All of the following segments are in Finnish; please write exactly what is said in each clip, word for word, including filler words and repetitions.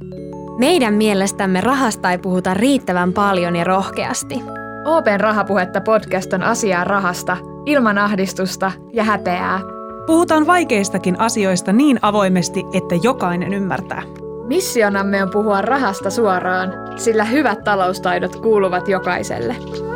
Meidän mielestämme rahasta ei puhuta riittävän paljon ja rohkeasti. O P:n Rahapuhetta podcast on asiaa rahasta, ilman ahdistusta ja häpeää. Puhutaan vaikeistakin asioista niin avoimesti, että jokainen ymmärtää. Missionamme on puhua rahasta suoraan, sillä hyvät taloustaidot kuuluvat jokaiselle.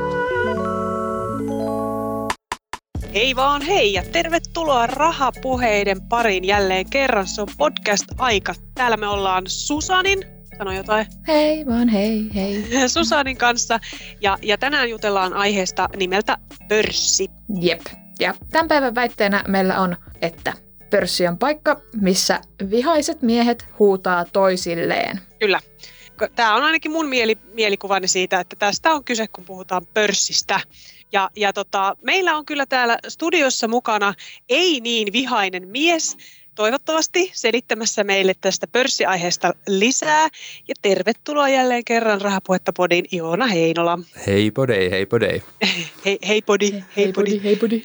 Hei vaan hei ja tervetuloa Rahapuheiden pariin jälleen kerran. Se on podcast-aika. Täällä me ollaan Susanin, sano jotain. Hei vaan hei hei. Susanin kanssa ja, ja tänään jutellaan aiheesta nimeltä pörssi. Jep. Ja tämän päivän väitteenä meillä on, että pörssi on paikka, missä vihaiset miehet huutaa toisilleen. Kyllä. Tämä on ainakin mun mieli, mielikuvani siitä, että tästä on kyse, kun puhutaan pörssistä. Ja, ja tota, meillä on kyllä täällä studiossa mukana ei niin vihainen mies, toivottavasti selittämässä meille tästä pörssiaiheesta lisää. Ja tervetuloa jälleen kerran Rahapuhetta podiin Joona Heinola. Hei podei, hei podei. Hei, hei podi, hei, hei podi. Hei podi.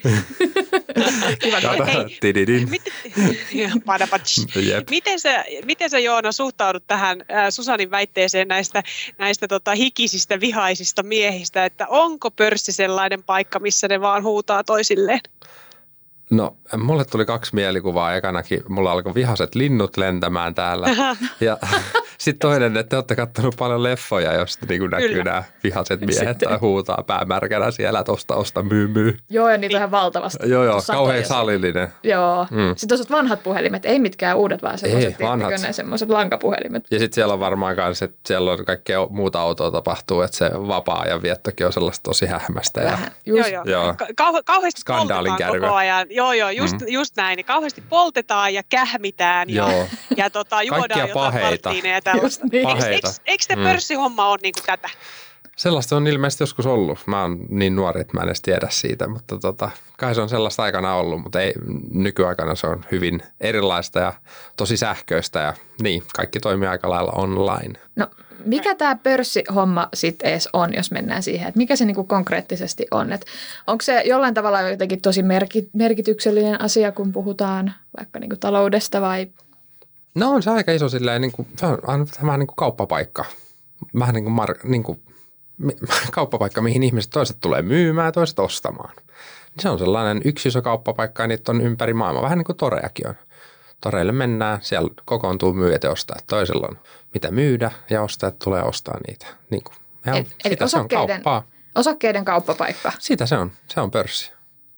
Miten sä, miten sä Joona suhtaudut tähän äh, Susanin väitteeseen näistä, näistä tota, hikisistä vihaisista miehistä, että onko pörssi sellainen paikka, missä ne vaan huutaa toisilleen? No, mulle tuli kaksi mielikuvaa. Ekanakin mulla alkoi vihaset linnut lentämään täällä. Ja sitten toinen, että te olette kattonut paljon leffoja, josta niin näkyy nämä vihaset miehet tai huutaa päämärkänä siellä, että osta, osta, myy, myy. Joo, ja niitä vähän valtavasti. Joo, joo, kauhean salillinen. Joo. Mm. Sitten tuossat vanhat puhelimet, ei mitkään uudet, vaan semmoiset, vanhat. Ne semmoiset lankapuhelimet. Ja sitten siellä on varmaan myös, että siellä on kaikkea muuta autoa tapahtuu, että se vapaa-ajan viettokin on sellaista tosi hähmästä. Ja, joo, joo. joo. Kau- kauheasti poltetaan koko ajan. Joo, joo, just, mm. just näin. Niin kauheasti poltetaan ja kähmitään ja, ja tota, juodaan jotain marttiineja ja tällaista. Niin. Eikö, eikö, eikö te pörssihomma ole niin kuin tätä? Sellaista on ilmeisesti joskus ollut. Mä oon niin nuori, että mä en edes tiedä siitä, mutta tota, kai se on sellaista aikana ollut, mutta ei, nykyaikana se on hyvin erilaista ja tosi sähköistä ja niin, kaikki toimii aika lailla online. No mikä tämä pörssihomma sitten edes on, jos mennään siihen, että mikä se niinku konkreettisesti on? Et onko se jollain tavalla jotenkin tosi merkityksellinen asia, kun puhutaan vaikka niinku taloudesta vai? No on se aika iso silleen, niin kuin, se on vähän niin kuin kauppapaikka, vähän niin kuin, mar, niin kuin kauppapaikka, mihin ihmiset toiset tulee myymään ja toiset ostamaan. Se on sellainen yksi iso kauppapaikka ja niitä on ympäri maailmaa, vähän niin kuin torejakin on. Toreille mennään, siellä kokoontuu myyjät ja ostajat. Toisella on mitä myydä ja ostajat tulee ostaa niitä. Niin kuin, ja eli eli osakkeiden, osakkeiden kauppapaikka. Sitä se on, se on pörssi.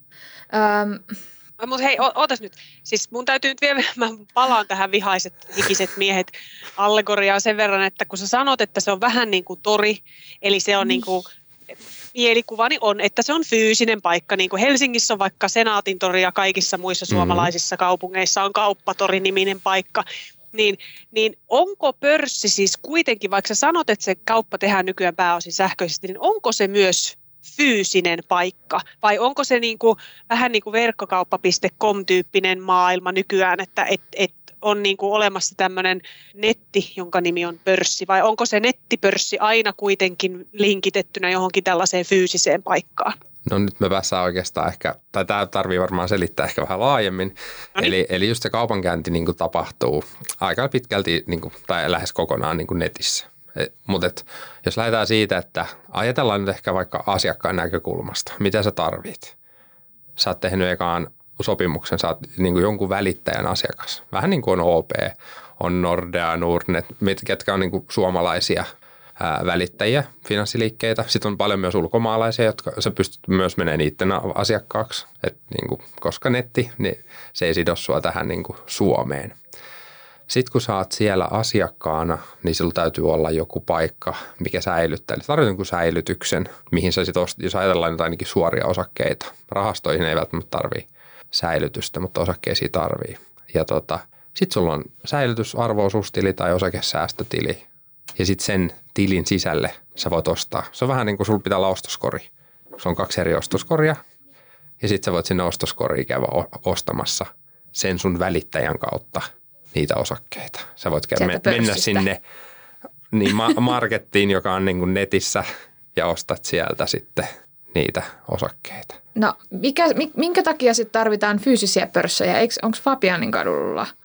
Öm. Mutta hei, ootas nyt. Siis mun täytyy nyt vielä, mä palaan tähän vihaiset, hikiset miehet allegoriaan sen verran, että kun sä sanot, että se on vähän niin kuin tori, eli se on niin kuin, mielikuvani on, että se on fyysinen paikka, niin kuin Helsingissä on vaikka Senaatintori ja kaikissa muissa suomalaisissa kaupungeissa on Kauppatori-niminen paikka, niin, niin onko pörssi siis kuitenkin, vaikka sä sanot, että se kauppa tehdään nykyään pääosin sähköisesti, niin onko se myös fyysinen paikka vai onko se niin kuin, vähän niin kuin verkkokauppa piste com-tyyppinen maailma nykyään, että et, et on niin kuin olemassa tämmöinen netti, jonka nimi on pörssi vai onko se nettipörssi aina kuitenkin linkitettynä johonkin tällaiseen fyysiseen paikkaan? No nyt me päästään oikeastaan ehkä, tai tämä tarvii varmaan selittää ehkä vähän laajemmin. Eli, eli just se kaupankäynti niin kuin tapahtuu aika pitkälti niin kuin, tai lähes kokonaan niin kuin netissä. Mutta jos lähdetään siitä, että ajatellaan nyt ehkä vaikka asiakkaan näkökulmasta, mitä sä tarvit. Sä oot tehnyt ekaan sopimuksen, sä oot niin kuin jonkun välittäjän asiakas. Vähän niin kuin on O P, on Nordea, Nordnet, ketkä on niin kuin suomalaisia ää, välittäjiä, finanssiliikkeitä. Sitten on paljon myös ulkomaalaisia, jotka sä pystyt myös menemään niiden asiakkaaksi. Et niin kuin, koska netti, niin se ei sido sua tähän niin kuin Suomeen. Sitten kun sä oot siellä asiakkaana, niin sillä täytyy olla joku paikka, mikä säilyttää. Eli tarvitset jonkun säilytyksen, mihin sä sitten ostat, jos ajatellaan jotain ainakin suoria osakkeita. Rahastoihin ei välttämättä tarvii säilytystä, mutta osakkeisiin tarvii. Ja tota, sitten sulla on säilytysarvo-osuustili tai osakesäästötili. Ja sitten sen tilin sisälle sä voit ostaa. Se on vähän niin kuin sulla pitää olla ostoskori. Se on kaksi eri ostoskoria. Ja sitten sä voit sinne ostoskoriin käydä ostamassa sen sun välittäjän kautta niitä osakkeita. Sä voit käydä me- mennä sinne niin ma- markettiin, joka on niin kuin netissä ja ostat sieltä sitten niitä osakkeita. No mikä, minkä takia sitten tarvitaan fyysisiä pörssejä? Onko Fabianin kadulla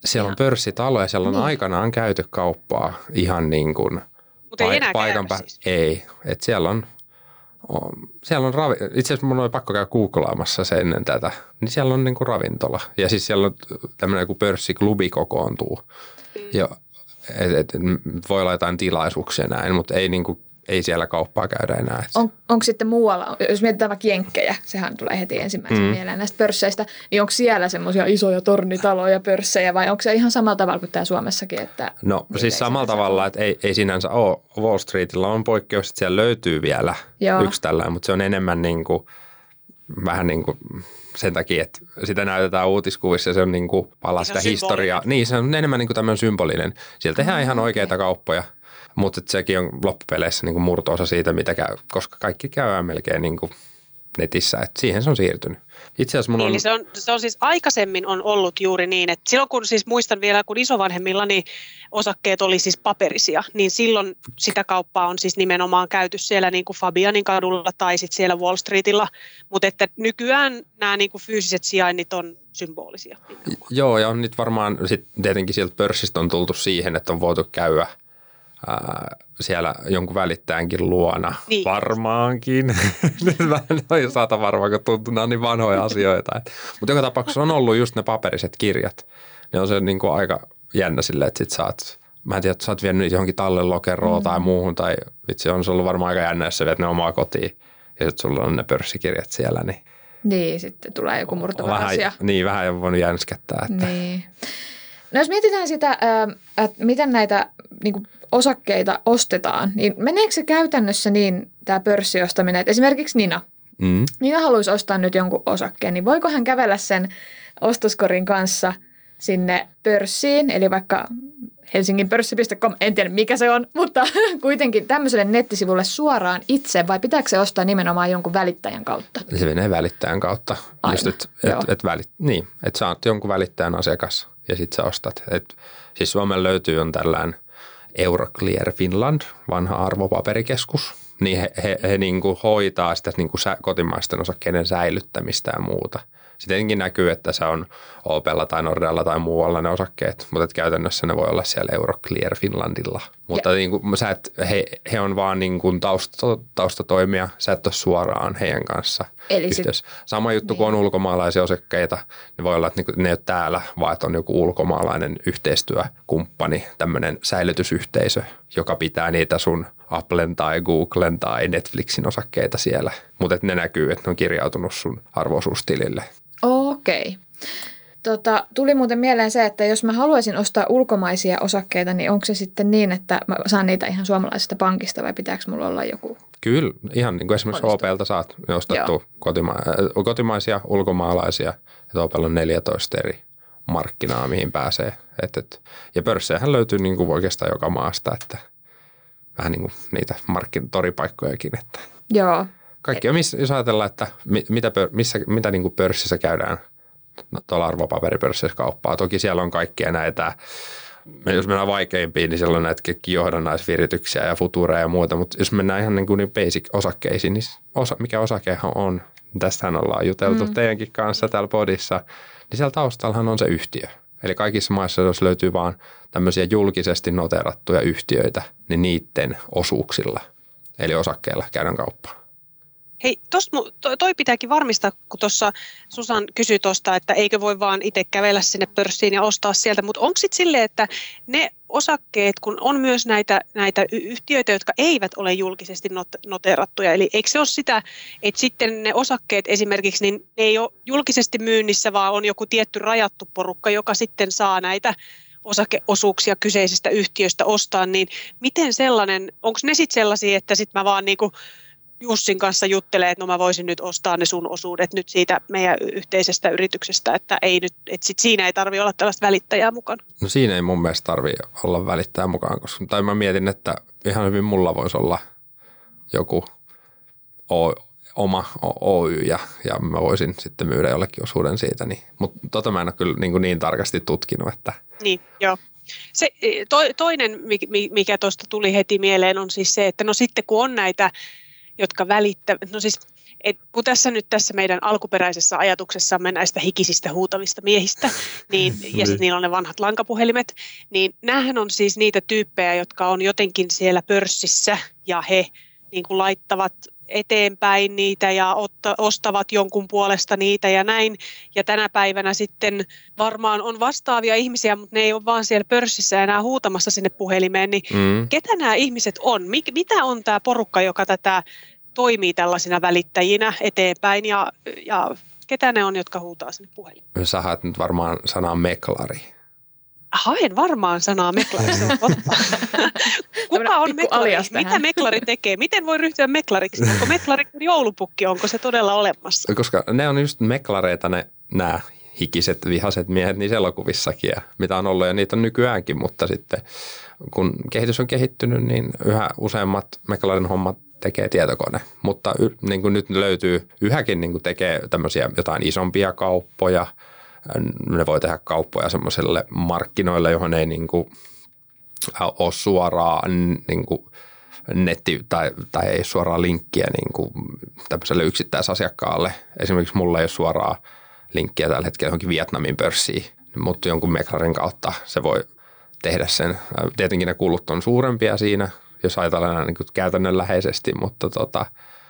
siellä on pörssitalo ja siellä on niin. aikanaan käyty kauppaa ihan niin kuin Mutta ei enää paikan käydä pä- siis. Ei, että siellä on, on, siellä on ravi, itse asiassa mun oli pakko käydä googlaamassa se ennen tätä, niin siellä on niin kuin ravintola ja siis siellä on tämmöinen kuin pörssiklubi kokoontuu mm. ja et, et, voi olla jotain tilaisuuksia näin, mutta ei niin kuin ei siellä kauppaa käydä enää. On, onko sitten muualla, jos mietitään vaikka jenkkejä, sehän tulee heti ensimmäisen mm. mieleen näistä pörsseistä, niin onko siellä semmoisia isoja tornitaloja, pörssejä vai onko se ihan samalla tavalla kuin tämä Suomessakin? Että no siis samalla tavalla, että ei, ei sinänsä ole. Wall Streetillä on poikkeus, että siellä löytyy vielä Joo. yksi tällainen, mutta se on enemmän niin kuin, vähän niin kuin sen takia, että sitä näytetään uutiskuvissa ja se on niin kuin palaa sitä historiaa. Niin, se on enemmän niin kuin tämmöinen symbolinen. Siellä tehdään oh, ihan oikeita okay. kauppoja. Mutta sekin on loppupeleissä niin kuin murto-osa siitä, mitä käy, koska kaikki käydään melkein niin kuin netissä, että siihen se on siirtynyt. Itse asiassa mun on... Eli se on, se on siis aikaisemmin on ollut juuri niin, että silloin kun siis muistan vielä, kun isovanhemmillani osakkeet oli siis paperisia, niin silloin sitä kauppaa on siis nimenomaan käyty siellä niin kuin Fabianin kadulla tai sitten siellä Wall Streetilla, mutta että nykyään nämä niin kuin fyysiset sijainnit on symbolisia. Joo, ja on nyt varmaan sit tietenkin sieltä pörssistä on tultu siihen, että on voitu käydä Ää, siellä jonkun välittäjänkin luona. Niin. Varmaankin. Nyt mä en ole saata varmaan, kun tuntuu, nämä on niin vanhoja asioita. Mutta joka tapauksessa on ollut just ne paperiset kirjat. Ne on se niin kuin aika jännä silleen, että sit saat, mä en tiedä, että sä oot vienyt johonkin tallenlokeroon mm. tai muuhun. Tai vitsi, on se ollut varmaan aika jännä, jos sä viet ne omaa kotiin ja sitten sulla on ne pörssikirjat siellä. Niin, niin sitten tulee joku murtava vähän, asia. Niin, vähän ei voinut jänskättää. Että. Niin. No jos mietitään sitä, että miten näitä niin kuin osakkeita ostetaan, niin meneekö se käytännössä niin tämä pörssiostaminen, että esimerkiksi Nina, mm. Nina haluaisi ostaa nyt jonkun osakkeen, niin voiko hän kävellä sen ostoskorin kanssa sinne pörssiin, eli vaikka helsingin pörssi piste com, en tiedä mikä se on, mutta kuitenkin tämmöiselle nettisivulle suoraan itse, vai pitääkö se ostaa nimenomaan jonkun välittäjän kautta? Se menee välittäjän kautta. Aina, just, et, et, et välit, niin, että sä oot jonkun välittäjän asiakas ja sit sä ostat. Et, siis Suomen löytyy on tällään Euroclear Finland, vanha arvopaperikeskus, niin he, he, he niin kuin hoitaa sitä niin kuin sä, kotimaisten osakkeiden säilyttämistä ja muuta. Sitten tietenkin näkyy, että se on Opella tai Nordealla tai muualla ne osakkeet, mutta että käytännössä ne voi olla siellä Euroclear Finlandilla. Mutta niin kuin, sä et, he, he on vaan niin kuin tausta, taustatoimia, sä et ole suoraan heidän kanssa. Eli sit, sama juttu, niin. Kun on ulkomaalaisia osakkeita, niin voi olla, että ne ei ole täällä, vaan että on joku ulkomaalainen yhteistyökumppani, tämmöinen säilytysyhteisö, joka pitää niitä sun Applen tai Googlen tai Netflixin osakkeita siellä. Mutta ne näkyy, että ne on kirjautunut sun arvo-osuustilille. Okei. Tota, tuli muuten mieleen se, että jos mä haluaisin ostaa ulkomaisia osakkeita, niin onko se sitten niin, että mä saan niitä ihan suomalaisesta pankista vai pitääkö mulla olla joku? Kyllä, ihan niin kuin esimerkiksi Opelta saat ostettua kotima- kotimaisia, ulkomaalaisia. Että Opel on neljätoista eri markkinaa, mihin pääsee. Et, et, ja pörssejähän löytyy niin kuin oikeastaan joka maasta, että vähän niin kuin niitä markkinatoripaikkojakin. Että Joo. Kaikki on, jos ajatellaan, että mitä, missä, mitä niin kuin pörssissä käydään no, tuolla arvopaperipörssissä kauppaa. Toki siellä on kaikkia näitä, jos mennään vaikeimpiin, niin siellä on näitä johdannaisvirityksiä ja futureja ja muuta. Mutta jos mennään ihan niin kuin niin basic-osakkeisiin, niin osa, mikä osakehan on, tästähän ollaan juteltu mm. teidänkin kanssa täällä podissa, niin siellä taustallahan on se yhtiö. Eli kaikissa maissa, jos löytyy vaan tämmöisiä julkisesti noteerattuja yhtiöitä, niin niiden osuuksilla, eli osakkeilla käydään kauppaa. Hei, tos, toi pitääkin varmistaa, kun tuossa Susan kysyi tuosta, että eikö voi vaan itse kävellä sinne pörssiin ja ostaa sieltä, mutta onko sitten silleen, että ne osakkeet, kun on myös näitä, näitä yhtiöitä, jotka eivät ole julkisesti noteerattuja, eli eikö se ole sitä, että sitten ne osakkeet esimerkiksi, niin ne ei ole julkisesti myynnissä, vaan on joku tietty rajattu porukka, joka sitten saa näitä osakeosuuksia kyseisestä yhtiöstä ostaa, niin miten sellainen, onko ne sitten sellaisia, että sitten mä vaan niinku Jussin kanssa juttelee, että no mä voisin nyt ostaa ne sun osuudet nyt siitä meidän yhteisestä yrityksestä, että, ei nyt, että sit siinä ei tarvitse olla tällaista välittäjää mukana. No siinä ei mun mielestä tarvitse olla välittäjää mukaan, koska tai mä mietin, että ihan hyvin mulla voisi olla joku o, oma Oy ja, ja mä voisin sitten myydä jollekin osuuden siitä, niin, mutta tota mä en ole kyllä niin, niin tarkasti tutkinut, että niin, joo. Se, to, toinen, mikä tuosta tuli heti mieleen, on siis se, että no sitten kun on näitä, jotka välittävät, no siis Et kun tässä nyt tässä meidän alkuperäisessä ajatuksessamme näistä hikisistä huutavista miehistä, niin, ja sitten niillä on ne vanhat lankapuhelimet, niin näähän on siis niitä tyyppejä, jotka on jotenkin siellä pörssissä ja he niin kuin laittavat eteenpäin niitä ja otta, ostavat jonkun puolesta niitä ja näin. Ja tänä päivänä sitten varmaan on vastaavia ihmisiä, mutta ne ei ole vaan siellä pörssissä enää huutamassa sinne puhelimeen. Niin mm. ketä nämä ihmiset on? Mik, mitä on tämä porukka, joka tätä toimii tällaisina välittäjinä eteenpäin ja, ja ketä ne on, jotka huutaa sinne puhelimeen? Sä haet nyt varmaan sanaa meklari. Haen varmaan sanaa meklari, se on totta. Kuka on meklari? Mitä meklari tekee? Miten voi ryhtyä meklariksi? Onko meklari joulupukki? Onko se todella olemassa? Koska ne on just meklareita ne nämä hikiset, vihaset miehet niissä elokuvissakin, ja mitä on ollut ja niitä on nykyäänkin, mutta sitten kun kehitys on kehittynyt, niin yhä useammat meklarin hommat tekee tietokone, mutta y, niin kuin nyt löytyy yhäkin niin kuin tekee tämmöisiä jotain isompia kauppoja. Ne voi tehdä kauppoja semmoiselle markkinoille, johon ei niin kuin ole suoraan niin kuin netti tai, tai ei suoraan linkkiä niin kuin tämmöiselle yksittäisasiakkaalle. Esimerkiksi mulla ei ole suoraan linkkiä tällä hetkellä johonkin Vietnamin pörssiin, mutta jonkun meklarin kautta se voi tehdä sen. Tietenkin ne kulut on suurempia siinä, jos ajatellaan niin kuin käytännönläheisesti, mutta tota,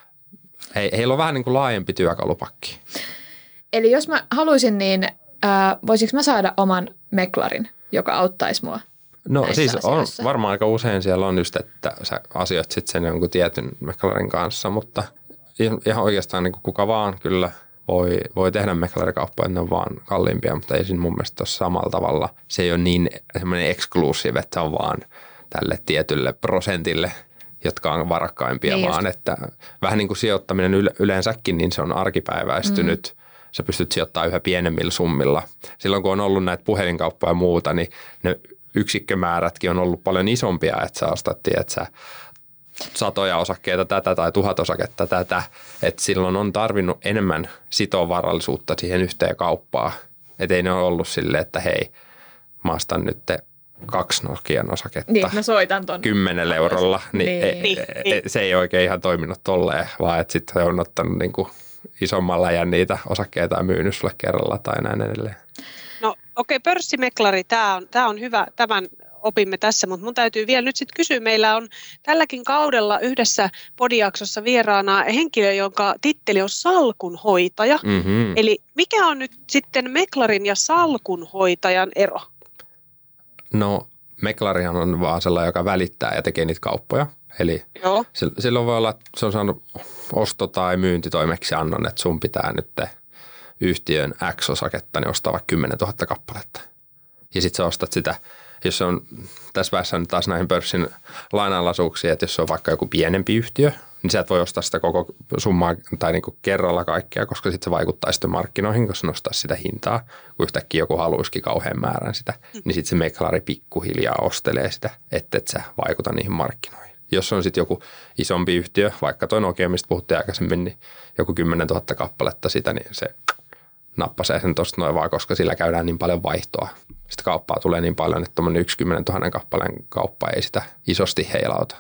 he, heillä on vähän niin kuin laajempi työkalupakki. Eli jos mä haluaisin, niin ää, voisinko mä saada oman meklarin, joka auttaisi mua? No siis on, varmaan aika usein siellä on just, että sä asioit sitten sen jonkun tietyn meklarin kanssa, mutta ihan oikeastaan niin kuin kuka vaan kyllä voi, voi tehdä meklarikauppoja, ne on vaan kalliimpia, mutta ei siinä mun mielestä ole samalla tavalla. Se ei ole niin semmoinen exclusive, että se on vaan tälle tietylle prosentille, jotka on varakkaimpia, niin vaan just. Että vähän niin kuin sijoittaminen yleensäkin, niin se on arkipäiväistynyt. Mm. Sä pystyt sijoittamaan yhä pienemmillä summilla. Silloin kun on ollut näitä puhelinkauppoja ja muuta, niin ne yksikkömäärätkin on ollut paljon isompia, että sä ostat, että sä satoja osakkeita tätä tai tuhat osaketta tätä. Että silloin on tarvinnut enemmän sitovarallisuutta siihen yhteen kauppaan. Että ei ne ole ollut silleen, että hei, mä ostan nyt kaksi Nokian osaketta niin, mä soitan ton kymmenellä eurolla. Niin, niin. Ei, niin, ei, niin. Se ei oikein ihan toiminut tolleen, vaan että sitten on ottanut niinku isomman läjän niitä osakkeita ja myynyt sulle kerralla tai näin edelleen. No okei, okay, pörssimeklari, tämä on, tämä on hyvä, tämän opimme tässä, mutta mun täytyy vielä nyt sitten kysyä. Meillä on tälläkin kaudella yhdessä podijaksossa vieraana henkilö, jonka titteli on salkunhoitaja. Mm-hmm. Eli mikä on nyt sitten meklarin ja salkunhoitajan ero? No meklarihan on vaan sellainen, joka välittää ja tekee niitä kauppoja. Eli Joo. silloin voi olla, että se on saanut osto- tai myyntitoimeksiannon, että sun pitää nyt yhtiön X-osaketta niin ostaa vaikka kymmenen tuhatta kappaletta. Ja sitten sä ostat sitä, jos se on, tässä väessä nyt taas näihin pörssin lainalaisuuksiin, että jos se on vaikka joku pienempi yhtiö, niin sä et voi ostaa sitä koko summaa tai niinku kerralla kaikkea, koska sitten se vaikuttaa sitten markkinoihin, koska nostaa sitä hintaa, kun yhtäkkiä joku haluaisikin kauhean määrän sitä, niin sitten se meklari pikkuhiljaa ostelee sitä, että et sä vaikuta niihin markkinoihin. Jos on sitten joku isompi yhtiö, vaikka toi Nokia, mistä puhuttiin aikaisemmin, niin joku kymmenen tuhatta kappaletta sitä, niin se nappasee sen tuosta noin vaan, koska sillä käydään niin paljon vaihtoa. Sitä kauppaa tulee niin paljon, että tuommoinen yksi kymmenen tuhannen kappaleen kauppa ei sitä isosti heilauta.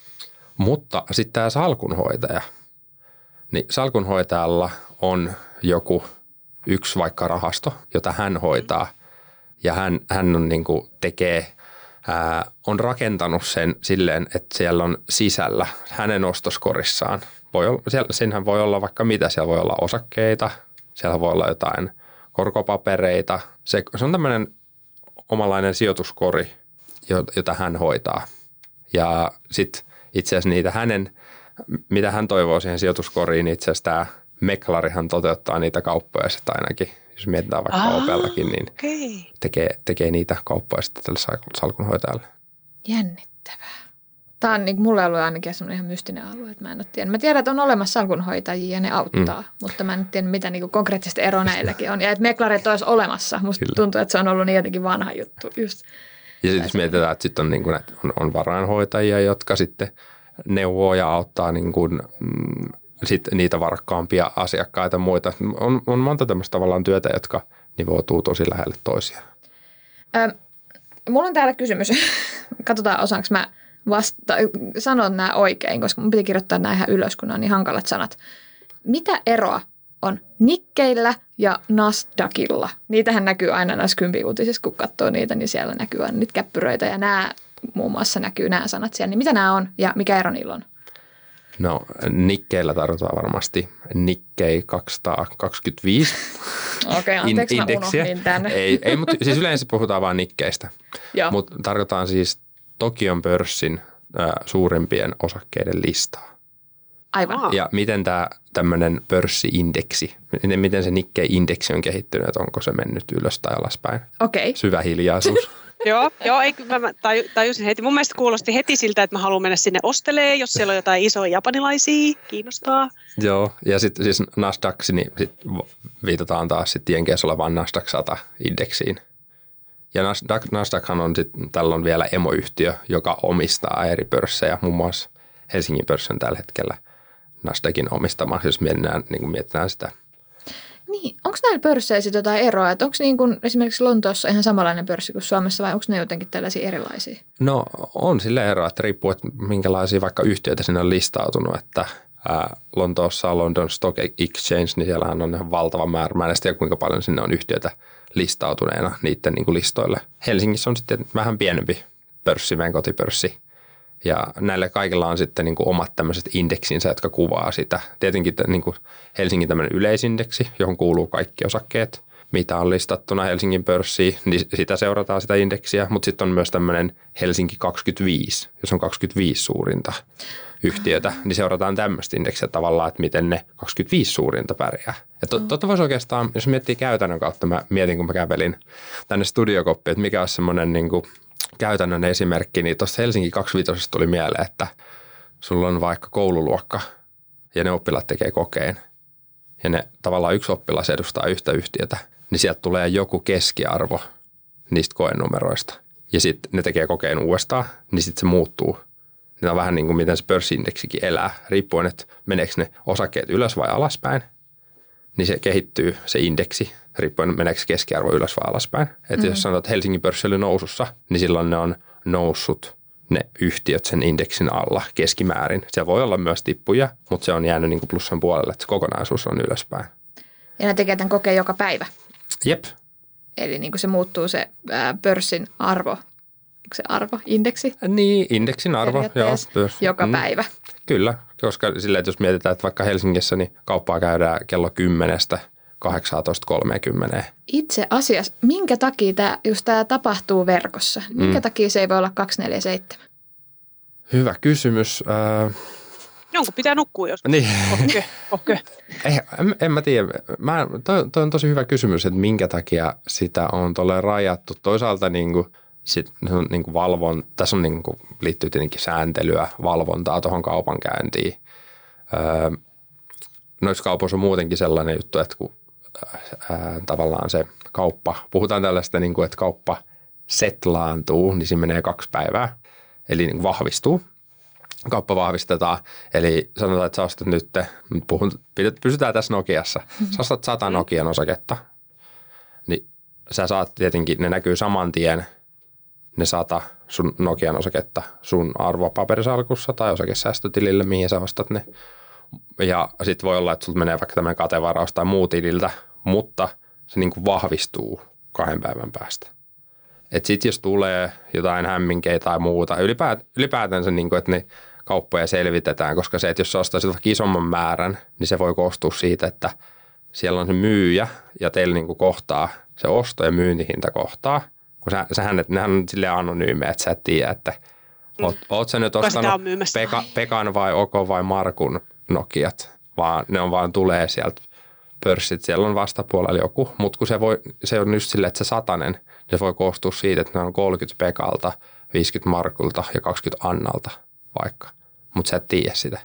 Mutta sitten tämä salkunhoitaja, niin salkunhoitajalla on joku yksi vaikka rahasto, jota hän hoitaa ja hän, hän on niin kuin tekee, ää, on rakentanut sen silleen, että siellä on sisällä hänen ostoskorissaan. Voi olla, siellä, siinähän voi olla vaikka mitä, siellä voi olla osakkeita, siellä voi olla jotain korkopapereita. Se, se on tämmöinen omanlainen sijoituskori, jota hän hoitaa ja sitten itse asiassa niitä hänen, mitä hän toivoo siihen sijoituskoriin, niin itse asiassa tämä meklarihan toteuttaa niitä kauppoja sitten ainakin. Jos mietitään vaikka Aa, Opellakin, niin okay. tekee, tekee niitä kauppoja sitten tälle salkunhoitajalle. Jännittävää. Tämä on niin, mulle ollut ainakin semmoinen ihan mystinen alue, että mä en ole tiedä. Mä tiedän, että on olemassa salkunhoitajia ja ne auttaa, mm. mutta mä en tiedä, mitä niin konkreettisesti ero näilläkin on. Ja että meklarit olisi olemassa. Musta Kyllä. tuntuu, että se on ollut niin jotenkin vanha juttu just. Ja sitten mietitään, että sitten on, niin kuin, on, on varainhoitajia, jotka sitten neuvoo ja auttaa niin kuin, mm, sit niitä varakkaampia asiakkaita ja muita. On, on monta tämmöistä tavallaan työtä, jotka nivoutuu tosi lähelle toisiaan. Ö, mulla on täällä kysymys. Katsotaan, osaanko mä vasta- sanon nämä oikein, koska mun piti kirjoittaa nämä ihan ylös, kun nämä on niin hankalat sanat. Mitä eroa on Nikkeillä ja Nasdaqilla? Niitähän näkyy aina näissä kympiuutisissa, kun katsoo niitä, niin siellä näkyy aina niitä käppyröitä ja nämä muun muassa näkyy nämä sanat siellä. Niin mitä nämä on ja mikä ero niillä on? No Nikkeillä tarkoittaa varmasti Nikkei kaksisataakaksikymmentäviisi. Okei, anteeksi In- mä unohdin tämän. Ei, ei mutta siis yleensä puhutaan vain Nikkeistä, mutta tarkoitaan siis Tokion pörssin äh, suurimpien osakkeiden listaa. Aivan. Ja miten tämä tämmöinen pörssiindeksi, miten se Nikkei-indeksi on kehittynyt, että onko se mennyt ylös tai alaspäin? Okei. Syvä hiljaisuus. Joo, joo ei, mä tajusin heti. Mun mielestä kuulosti heti siltä, että mä haluan mennä sinne ostelee, jos siellä on jotain isoja japanilaisia. Kiinnostaa. Joo, ja sitten siis Nasdaq, niin sit viitataan taas sitten Jenkeissä olevaan Nasdaq sata-indeksiin. Ja Nasdaq, Nasdaqhan on sitten, tällä on vielä emoyhtiö, joka omistaa eri pörssejä, muun muassa Helsingin pörssi on tällä hetkellä Nasdaqin omistama, jos mietitään, niin kuin mietitään sitä. Niin, onko näillä pörsseissä sitten jotain eroa? Että onko niin kuin esimerkiksi Lontoossa ihan samanlainen pörssi kuin Suomessa vai onko ne jotenkin tällaisia erilaisia? No on sille eroa, että riippuu, että minkälaisia vaikka yhtiöitä sinne on listautunut, että ää, Lontoossa on London Stock Exchange, niin siellähän on ihan valtava määrä. Mä en tiedä, kuinka paljon sinne on yhtiöitä listautuneena niiden niin kuin listoille. Helsingissä on sitten vähän pienempi pörssi, meidän kotipörssi. Ja näille kaikilla on sitten niin kuin omat tämmöiset indeksinsä, jotka kuvaa sitä. Tietenkin niin kuin Helsingin tämmöinen yleisindeksi, johon kuuluu kaikki osakkeet, mitä on listattuna Helsingin pörssiin, niin sitä seurataan sitä indeksiä. Mutta sitten on myös tämmöinen Helsinki kaksikymmentäviisi, jos on kaksikymmentäviisi suurinta yhtiötä, niin seurataan tämmöistä indeksiä tavallaan, että miten ne kaksikymmentäviisi suurinta pärjää. Ja to, totta voisi oikeastaan, jos miettii käytännön kautta, mä mietin, kun mä kävelin tänne studiokoppiin, että mikä olisi semmoinen niin kuin käytännön esimerkki, niin tuosta Helsinki kaksikymmentäviisi tuli mieleen, että sulla on vaikka koululuokka ja ne oppilaat tekee kokeen ja ne tavallaan yksi oppilas edustaa yhtä yhtiötä, niin sieltä tulee joku keskiarvo niistä koenumeroista ja sitten ne tekee kokeen uudestaan, niin sitten se muuttuu. Ne on vähän niin kuin miten se pörssiindeksikin elää, riippuen, että meneekö ne osakkeet ylös vai alaspäin, niin se kehittyy se indeksi, riippuen meneekö keskiarvo ylös vai alaspäin. Että mm-hmm. jos sanotaan, että Helsingin pörssi oli nousussa, niin silloin ne on noussut ne yhtiöt sen indeksin alla keskimäärin. Siellä voi olla myös tippuja, mutta se on jäänyt niin kuin plussan puolelle, että se kokonaisuus on ylöspäin. Ja ne tekee tämän kokeen joka päivä. Jep. Eli niin kuin se muuttuu se ää, pörssin arvo, se arvo, indeksi? Niin, indeksin arvo. Joo, pörssi. Joka mm. päivä. Kyllä, koska sillä, että jos mietitään, että vaikka Helsingissä niin kauppaa käydään kello kymmenestä kahdeksantoista kolmekymmentä. Itse asiassa, minkä takia tämä, just tämä tapahtuu verkossa? Minkä mm. takia se ei voi olla kaksikymmentäneljä seitsemän? Hyvä kysymys. Äh... Jonkun pitää nukkua joskus. Niin. Ohkö, ohkö. Eh, en, en mä tiedä. Mä, toi, toi on tosi hyvä kysymys, että minkä takia sitä on tolleen rajattu. Toisaalta niin kuin, sit, niin kuin valvon, tässä on niin kuin, liittyy tietenkin sääntelyä, valvontaa tuohon kaupankäyntiin. Öö, noissa kaupoissa on muutenkin sellainen juttu, että kun ää, tavallaan se kauppa, puhutaan tällaista, niin kuin, että kauppa setlaantuu, niin siinä menee kaksi päivää, eli niin kuin vahvistuu. Kauppa vahvistetaan, eli sanotaan, että sä ostat nyt, puhun, pysytään tässä Nokiassa, sä ostat sata Nokian osaketta, niin sä saat tietenkin, ne näkyy saman tien, ne sata sun Nokian osaketta sun arvopaperisalkussa tai osakesäästötilille, mihin sä ostat ne. Ja sitten voi olla, että sulta menee vaikka tämmöinen katevaraus tai muu tililtä, mutta se niin kuin vahvistuu kahden päivän päästä. Että sitten jos tulee jotain hämminkeitä tai muuta, ylipäät, ylipäätänsä niin kuin, että ne kauppoja selvitetään, koska se, että jos sä ostaisit vaikka isomman määrän, niin se voi koostua siitä, että siellä on se myyjä ja teillä niin kuin kohtaa se osto- ja myyntihinta kohtaa. Kun sä, sähän, nehän on silleen anonyymejä, että sä et tiedä, että oot, oot sä nyt ostanut Peka, Pekan vai Oko vai Markun Nokiat, vaan ne on vaan tulee sieltä pörssit, siellä on vastapuolella joku, mutta kun se, voi, se on just silleen, että se satanen, se voi koostua siitä, että ne on kolmekymmentä Pekalta, viisikymmentä Markulta ja kaksikymmentä Annalta vaikka, mutta sä et tiedä sitä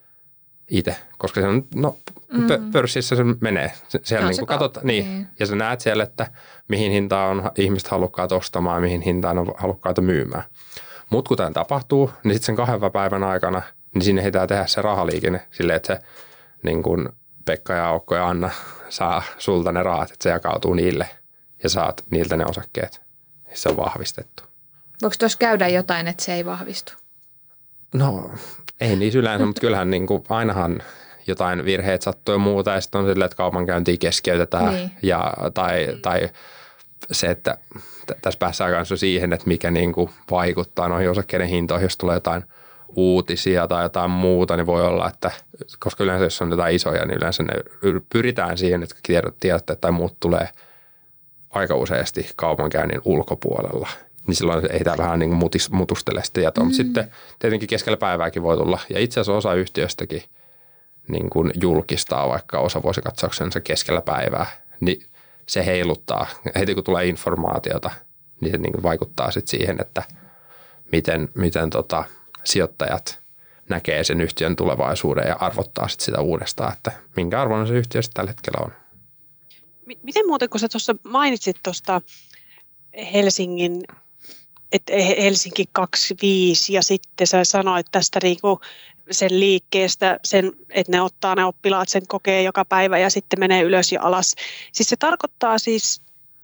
itse, koska se on, no mm-hmm. pörssissä se menee, siellä no, niin kuin katsot, niin, niin, ja sä näet siellä, että mihin hintaan on ihmiset halukkaat ostamaan ja mihin hintaan on halukkaita myymään. Mutta kun tämä tapahtuu, niin sitten sen kahden päivän aikana, niin sinne pitää tehdä se rahaliikenne silleen, että se niin kun Pekka ja Aukko ja Anna saa sulta ne rahat, että se jakautuu niille ja saat niiltä ne osakkeet. Se on vahvistettu. Voiko tuossa käydä jotain, että se ei vahvistu? No ei niin yleensä, mutta kyllähän niin kuin ainahan jotain virheitä sattuu ja muuta, ja sitten on silleen, että kaupankäyntiä keskeytetään, niin. ja, tai, tai se, että t- tässä päässään kanssa siihen, että mikä niin kuin vaikuttaa noihin osakkeiden hintoihin, jos tulee jotain uutisia tai jotain muuta, niin voi olla, että koska yleensä jos on jotain isoja, niin yleensä ne pyritään siihen, että tiedot, tiedotteet tai muut tulee aika useasti kaupankäynnin ulkopuolella. Niin silloin ei tämä vähän niin kuin mutis, mutustele sitä tietoa, mm. mutta sitten tietenkin keskellä päivääkin voi tulla. Ja itse asiassa osa yhtiöistäkin niin kuin julkistaa vaikka osavuosikatsauksensa keskellä päivää, niin se heiluttaa. Heti kun tulee informaatiota, niin se niin kuin vaikuttaa sitten siihen, että miten, miten tota, sijoittajat näkee sen yhtiön tulevaisuuden ja arvottaa sit sitä uudestaan, että minkä arvoinen se yhtiö sitten tällä hetkellä on. Miten muuten, kun sä tuossa mainitsit tuosta Helsingin, että Helsinki kaksikymmentäviisi ja sitten sä sanoit tästä niinku sen liikkeestä, sen, että ne ottaa ne oppilaat, sen kokee joka päivä ja sitten menee ylös ja alas. Siis se tarkoittaa siis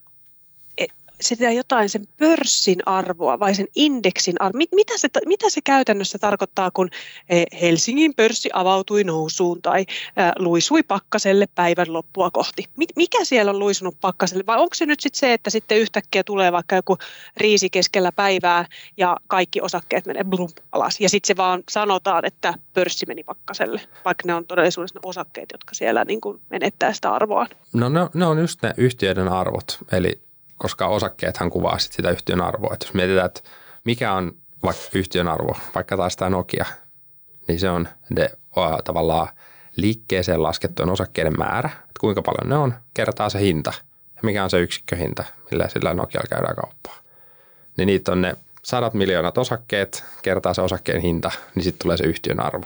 sitä jotain sen pörssin arvoa vai sen indeksin arvoa. Mitä se, mitä se käytännössä tarkoittaa, kun Helsingin pörssi avautui nousuun tai luisui pakkaselle päivän loppua kohti? Mikä siellä on luisunut pakkaselle? Vai onko se nyt sitten se, että sitten yhtäkkiä tulee vaikka joku riisi keskellä päivää ja kaikki osakkeet menee blump alas ja sitten se vaan sanotaan, että pörssi meni pakkaselle, vaikka ne on todellisuudessa ne osakkeet, jotka siellä niin kuin menettää sitä arvoa? No ne, ne on just ne yhtiöiden arvot, eli koska osakkeethan kuvaa sit sitä yhtiön arvoa. Et jos mietitään, että mikä on vaikka yhtiön arvo, vaikka taas tämä Nokia, niin se on de, o, tavallaan liikkeeseen laskettujen osakkeiden määrä, että kuinka paljon ne on, kertaa se hinta. Ja mikä on se yksikköhinta, millä sillä Nokialla käydään kauppaa. Niin niitä on ne sadat miljoonat osakkeet, kertaa se osakkeen hinta, niin sitten tulee se yhtiön arvo.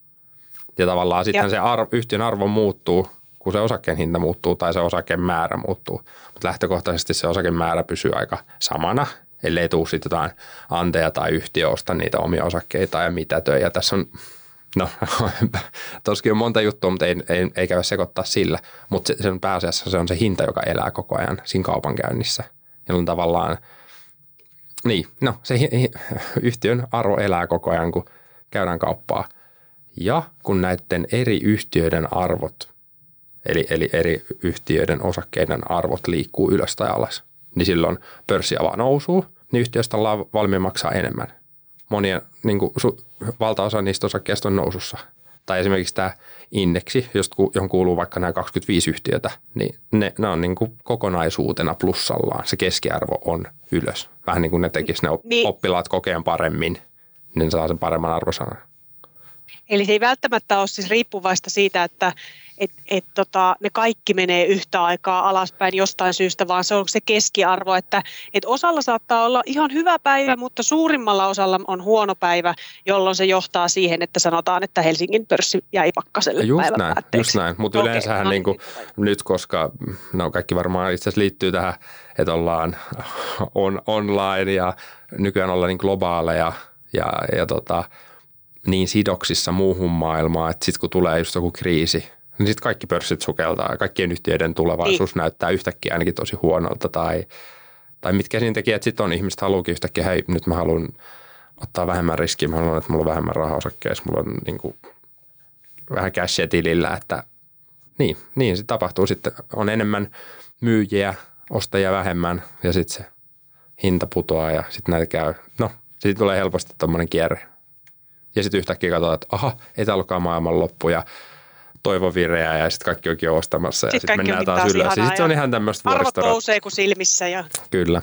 Ja tavallaan sitten se arvo, yhtiön arvo muuttuu, kun se osakkeen hinta muuttuu tai se osakkeen määrä muuttuu. Mutta lähtökohtaisesti se osakkeen määrä pysyy aika samana, ellei tule sitten jotain anteja tai yhtiö osta niitä omia osakkeita ja mitätöi. Ja tässä on, no toskin on monta juttua, mutta ei, ei, ei käy sekoittaa sillä. Mutta se, sen pääasiassa se on se hinta, joka elää koko ajan siinä kaupankäynnissä. Jolloin tavallaan, niin, no se hi, hi, yhtiön arvo elää koko ajan, kun käydään kauppaa. Ja kun näiden eri yhtiöiden arvot, Eli, eli eri yhtiöiden osakkeiden arvot liikkuu ylös tai alas, niin silloin pörssi avaa nousuu, niin yhtiöstä ollaan valmiin maksaa enemmän. Monien, niin kuin, su, valtaosa niistä osakkeista on nousussa. Tai esimerkiksi tämä indeksi, johon kuuluu vaikka nämä kaksikymmentäviisi yhtiötä, niin ne, ne on niin kuin kokonaisuutena plussallaan. Se keskiarvo on ylös. Vähän niin kuin ne tekisi ne niin. oppilaat kokeen paremmin, niin ne saa sen paremman arvosanan. Eli se ei välttämättä ole siis riippuvaista siitä, että et, et, tota, ne kaikki menee yhtä aikaa alaspäin jostain syystä, vaan se on se keskiarvo, että et osalla saattaa olla ihan hyvä päivä, mutta suurimmalla osalla on huono päivä, jolloin se johtaa siihen, että sanotaan, että Helsingin pörssi jäi pakkaselle just päivän näin, päätteeksi. Just näin, mutta yleensähän no, niin kuin, nyt, koska no kaikki varmaan itse asiassa liittyy tähän, että ollaan on, online ja nykyään ollaan niin globaaleja ja, ja tota, niin sidoksissa muuhun maailmaan, että sitten kun tulee just joku kriisi, niin sitten kaikki pörssit sukeltaa ja kaikkien yhtiöiden tulevaisuus niin. näyttää yhtäkkiä ainakin tosi huonolta. Tai, tai mitkä siinä tekijät sitten on, ihmiset haluukin yhtäkkiä, hei nyt mä haluan ottaa vähemmän riskiä, mä haluan, että mulla on vähemmän rahaa osakkeessa, mulla on niin kuin vähän cashia tilillä, että niin, niin se tapahtuu sitten. On enemmän myyjiä, ostajia vähemmän ja sitten se hinta putoaa ja sitten näitä käy. No, siitä tulee helposti tommoinen kierre. Ja sitten yhtäkkiä katsotaan, että aha, ei tämä ollutkaan maailman loppu ja toivovireä ja sitten kaikki onkin ostamassa ja sitten sit mennään taas ylös. Sitten se on ihan tämmöistä vuoristoa. Arvot nousee kuin silmissä. Ja... Kyllä.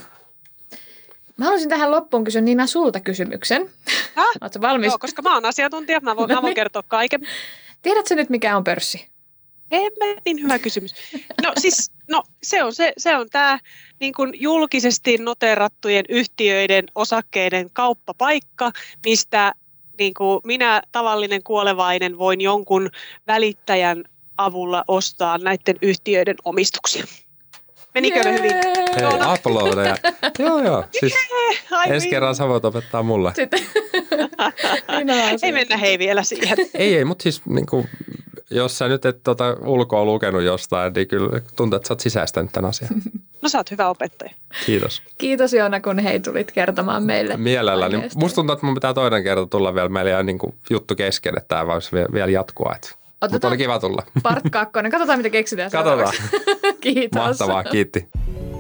Mä haluaisin tähän loppuun kysyä Niina sulta kysymyksen. Häh? Oletko valmis? Joo, koska mä oon asiantuntija, mä voin, mä voin kertoa kaiken. Tiedätkö nyt, mikä on pörssi? Hemmetin hyvä kysymys. No siis, no se on, se, se on tämä niin kuin julkisesti noteerattujen yhtiöiden osakkeiden kauppapaikka, mistä niin kuin minä tavallinen kuolevainen voin jonkun välittäjän avulla ostaa näiden yhtiöiden omistuksia. Menikö ne hyvin? Hei, aplodeja. Joo, joo. Siis yeah, ensi kerran sä voit opettaa mulle. Ei mennä hei vielä siihen. ei, ei, mutta siis niin kuin, jos sä nyt et tota, ulkoa lukenut jostain, niin kyllä tuntuu, että sä oot sisäistänyt tämän asian. No sä oot hyvä opettaja. Kiitos. Kiitos Joona, kun hei tulit kertomaan meille. Mielelläni. Niin musta tuntuu, että mun pitää toinen kerta tulla vielä. Meillä ei ole niin kuin juttu kesken, että tämä voisi vielä jatkua. Että Mutta oli kiva tulla. Part kakkonen. Katsotaan, mitä keksitään Katsotaan. Kiitos. Mahtavaa, kiitti.